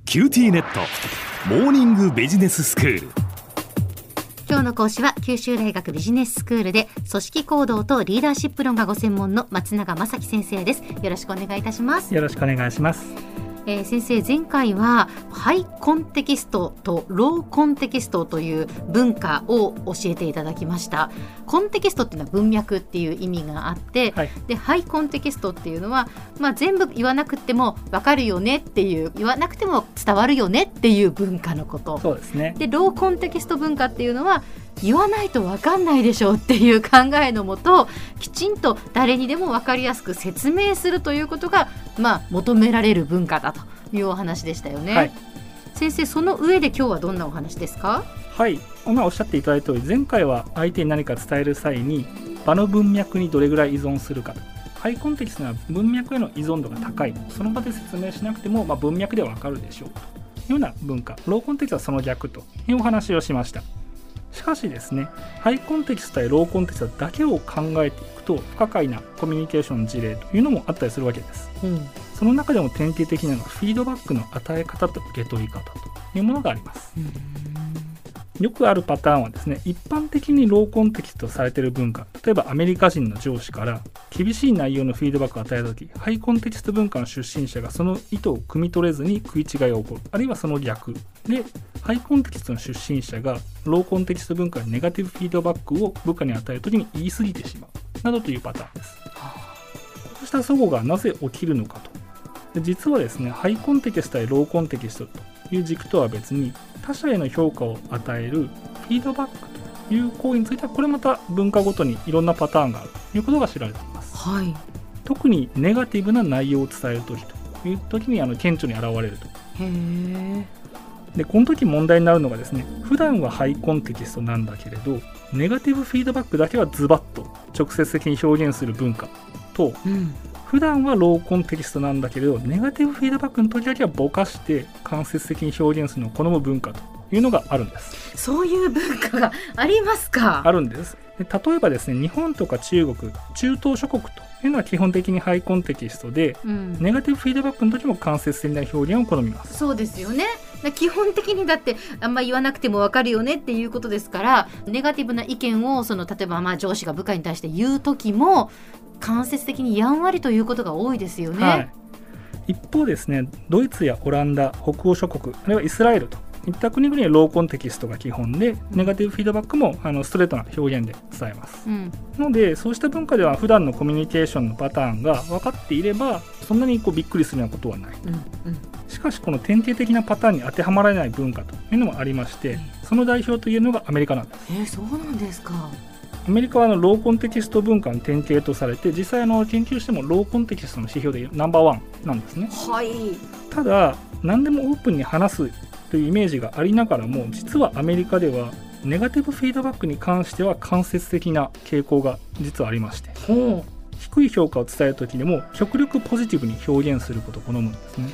キューティーネットモーニングビジネススクール。 今日の講師は九州大学ビジネススクールで組織行動とリーダーシップ論がご専門の松永正樹先生です。よろしくお願いいたします。 よろしくお願いします。 先生、前回はハイコンテキストとローコンテキストという文化を教えていただきました。コンテキストっていうのは文脈っていう意味があって、はい、でハイコンテキストっていうのは、全部言わなくても分かるよねっていう、言わなくても伝わるよねっていう文化のこと。 そうですね。 でローコンテキスト文化っていうのは言わないと分かんないでしょうっていう考えのもと、きちんと誰にでも分かりやすく説明するということが、求められる文化だというお話でしたよね。はい、先生、その上で今日はどんなお話ですか？ はい、今おっしゃっていただいた通り、前回は相手に何か伝える際に場の文脈にどれぐらい依存するかと。ハイコンテキストは文脈への依存度が高い、その場で説明しなくても、文脈では分かるでしょうというような文化。ローコンテキストはその逆というお話をしました。しかしですね、ハイコンテキスト対ローコンテキストだけを考えていくと不可解なコミュニケーションの事例というのもあったりするわけです。その中でも典型的なのはフィードバックの与え方と受け取り方というものがあります。よくあるパターンはですね、一般的にローコンテキストされている文化、例えばアメリカ人の上司から厳しい内容のフィードバックを与えたとき、ハイコンテキスト文化の出身者がその意図を汲み取れずに食い違いが起こる、あるいはその逆で、ハイコンテキストの出身者がローコンテキスト文化にネガティブフィードバックを部下に与えるときに言い過ぎてしまうなどというパターンです。こうした齟齬がなぜ起きるのかと。で実はですね、ハイコンテキスト対ローコンテキストという軸とは別に、他者への評価を与えるフィードバックという行為については、これまた文化ごとにいろんなパターンがあるということが知られています。 はい、 特にネガティブな内容を伝えるときというときに顕著に現れると。でこの時問題になるのがですね、普段はハイコンテキストなんだけれど、ネガティブフィードバックだけはズバッと直接的に表現する文化と、普段はローコンテキストなんだけれど、ネガティブフィードバックの時だけはぼかして間接的に表現するのを好む文化というのがあるんです。 そういう文化がありますか？ あるんです。で例えばですね、日本とか中国、中東諸国というのは基本的にハイコンテキストで、ネガティブフィードバックの時も間接的な表現を好みます。 そうですよね。基本的にだってあんま言わなくても分かるよねっていうことですから、ネガティブな意見を例えば上司が部下に対して言う時も間接的にやんわりということが多いですよね。はい、 一方ですね、ドイツやオランダ、北欧諸国、あるいはイスラエルといった国々はローコンテキストが基本で、ネガティブフィードバックもストレートな表現で伝えます。のでそうした文化では普段のコミュニケーションのパターンが分かっていれば、そんなにびっくりするようなことはない。しかしこの典型的なパターンに当てはまらない文化というのもありまして、その代表というのがアメリカなんです。 そうなんですか。 アメリカはローコンテキスト文化の典型とされて、実際研究してもローコンテキストの指標でナンバーワンなんですね。 はい、 ただ何でもオープンに話すというイメージがありながらも、実はアメリカではネガティブフィードバックに関しては間接的な傾向が実はありまして、低い評価を伝える時でも極力ポジティブに表現することを好むんですね。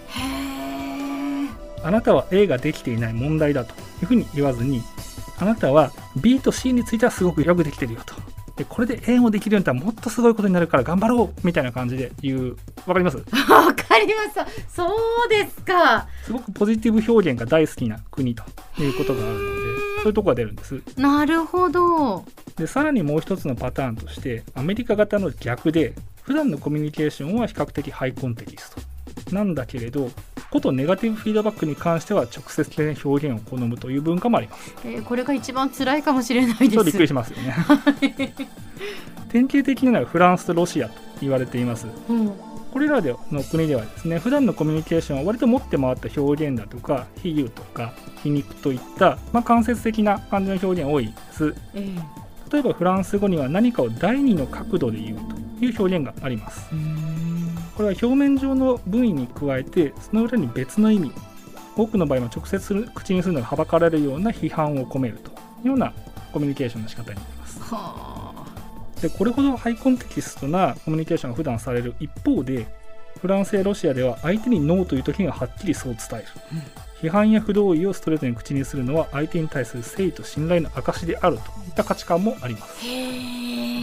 あなたは A ができていない、問題だというふうに言わずに、あなたは B と C についてはすごくよくできてるよと。でこれで A もできるようになったらもっとすごいことになるから頑張ろうみたいな感じで言う。わかります？ わかりました。そうですか。 すごくポジティブ表現が大好きな国ということがあるので、そういうところが出るんです。 なるほど。 でさらにもう一つのパターンとして、アメリカ型の逆で、普段のコミュニケーションは比較的ハイコンテキストなんだけれど、ことネガティブフィードバックに関しては直接的な表現を好むという文化もあります。 これが一番辛いかもしれないです。 びっくりしますよね。典型的なのはフランスとロシアと言われています。これらの国ではですね、普段のコミュニケーションは割と持って回った表現だとか比喩とか皮肉といった、間接的な感じの表現多いです。例えばフランス語には何かを第二の角度で言うという表現があります。これは表面上の文意に加えて、その裏に別の意味、多くの場合は直接口にするのがはばかられるような批判を込めるというようなコミュニケーションの仕方になります。でこれほどハイコンテキストなコミュニケーションが普段される一方で、フランスやロシアでは相手にノーという時がはっきりそう伝える、批判や不同意をストレートに口にするのは相手に対する誠意と信頼の証であるといった価値観もあります。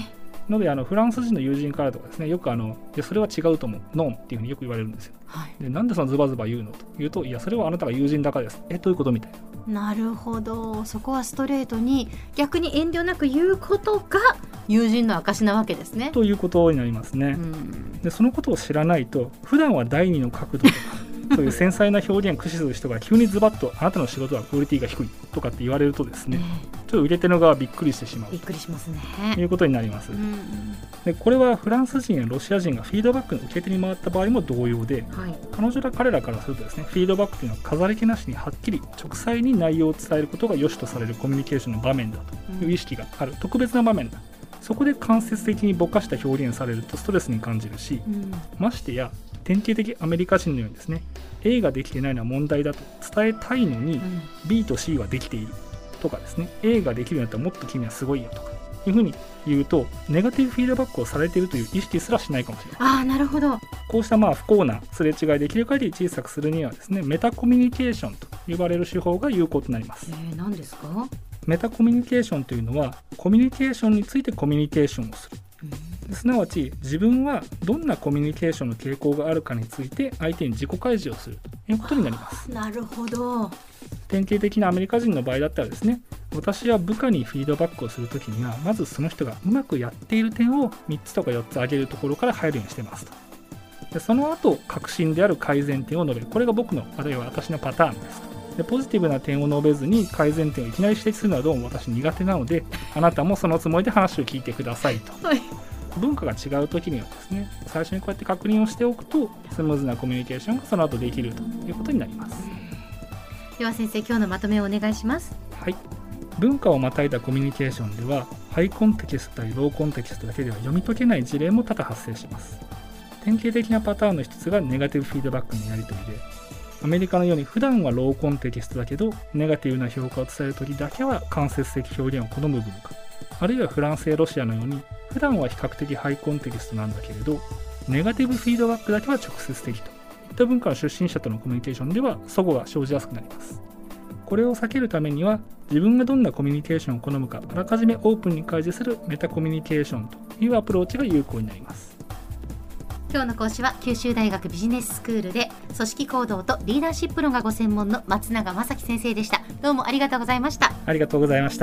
のでフランス人の友人からとかですね、よくいやそれは違うと思う、ノンっていうふうによく言われるんですよ。でなんでそのズバズバ言うのと言うと、いやそれはあなたが友人だからです。どういうことみたいな。 なるほど、そこはストレートに逆に遠慮なく言うことが友人の証なわけですね。 ということになりますね。でそのことを知らないと、普段は第二の角度とかそういう繊細な表現を駆使する人が急にズバッとあなたの仕事はクオリティが低いとかって言われるとですね、ちょっと受け手の側はびっくりしてしまう。 びっくりしますね。 ということになります。でこれはフランス人やロシア人がフィードバックの受け手に回った場合も同様で、彼らからするとですね、フィードバックというのは飾り気なしにはっきり直裁に内容を伝えることが良しとされるコミュニケーションの場面だという意識がある、特別な場面だ。そこで間接的にぼかした表現されるとストレスに感じるし、ましてや典型的アメリカ人のようにですね、A ができていないのは問題だと伝えたいのに、B と C はできているとかですね、 A ができるようになったらもっと君はすごいよとかいうふうに言うと、ネガティブフィードバックをされているという意識すらしないかもしれない。 なるほど。 こうした不幸なすれ違いできる限り小さくするにはですね、メタコミュニケーションと呼ばれる手法が有効となります。 何ですか？ メタコミュニケーションというのは、コミュニケーションについてコミュニケーションをする。すなわち自分はどんなコミュニケーションの傾向があるかについて相手に自己開示をするということになります。 なるほど。 典型的なアメリカ人の場合だったらですね、私は部下にフィードバックをするときには、まずその人がうまくやっている点を3つとか4つ挙げるところから入るようにしてますと。でその後革新である改善点を述べる、これが僕のあるいは私のパターンです。でポジティブな点を述べずに改善点をいきなり指摘するのはどうも私苦手なので、あなたもそのつもりで話を聞いてくださいと。文化が違う時にはですね、最初にこうやって確認をしておくとスムーズなコミュニケーションがその後できるということになります。 では先生、今日のまとめをお願いします。 はい、文化をまたいだコミュニケーションでは、ハイコンテキスト対ローコンテキストだけでは読み解けない事例も多々発生します。典型的なパターンの一つがネガティブフィードバックのやり取りで、アメリカのように普段はローコンテキストだけどネガティブな評価を伝えるときだけは間接的表現を好む文化、あるいはフランスやロシアのように普段は比較的ハイコンテキストなんだけれどネガティブフィードバックだけは直接的といった文化の出身者とのコミュニケーションでは齟齬が生じやすくなります。これを避けるためには、自分がどんなコミュニケーションを好むかあらかじめオープンに開示するメタコミュニケーションというアプローチが有効になります。 今日の講師は九州大学ビジネススクールで組織行動とリーダーシップ論がご専門の松永正樹先生でした。どうもありがとうございました。 ありがとうございました。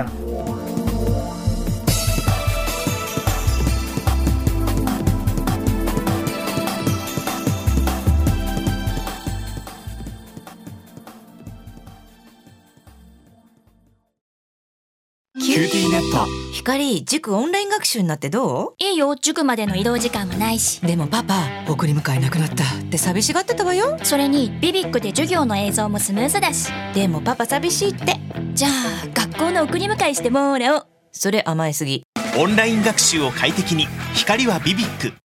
キューティーネット。 光、塾オンライン学習になってどう？ いいよ、塾までの移動時間もないし。 でもパパ、送り迎えなくなったって寂しがってたわよ。 それにビビックで授業の映像もスムーズだし。 でもパパ寂しいって。 じゃあ学校の送り迎えしてもらおう。 それ甘えすぎ。 オンライン学習を快適に、光はビビック。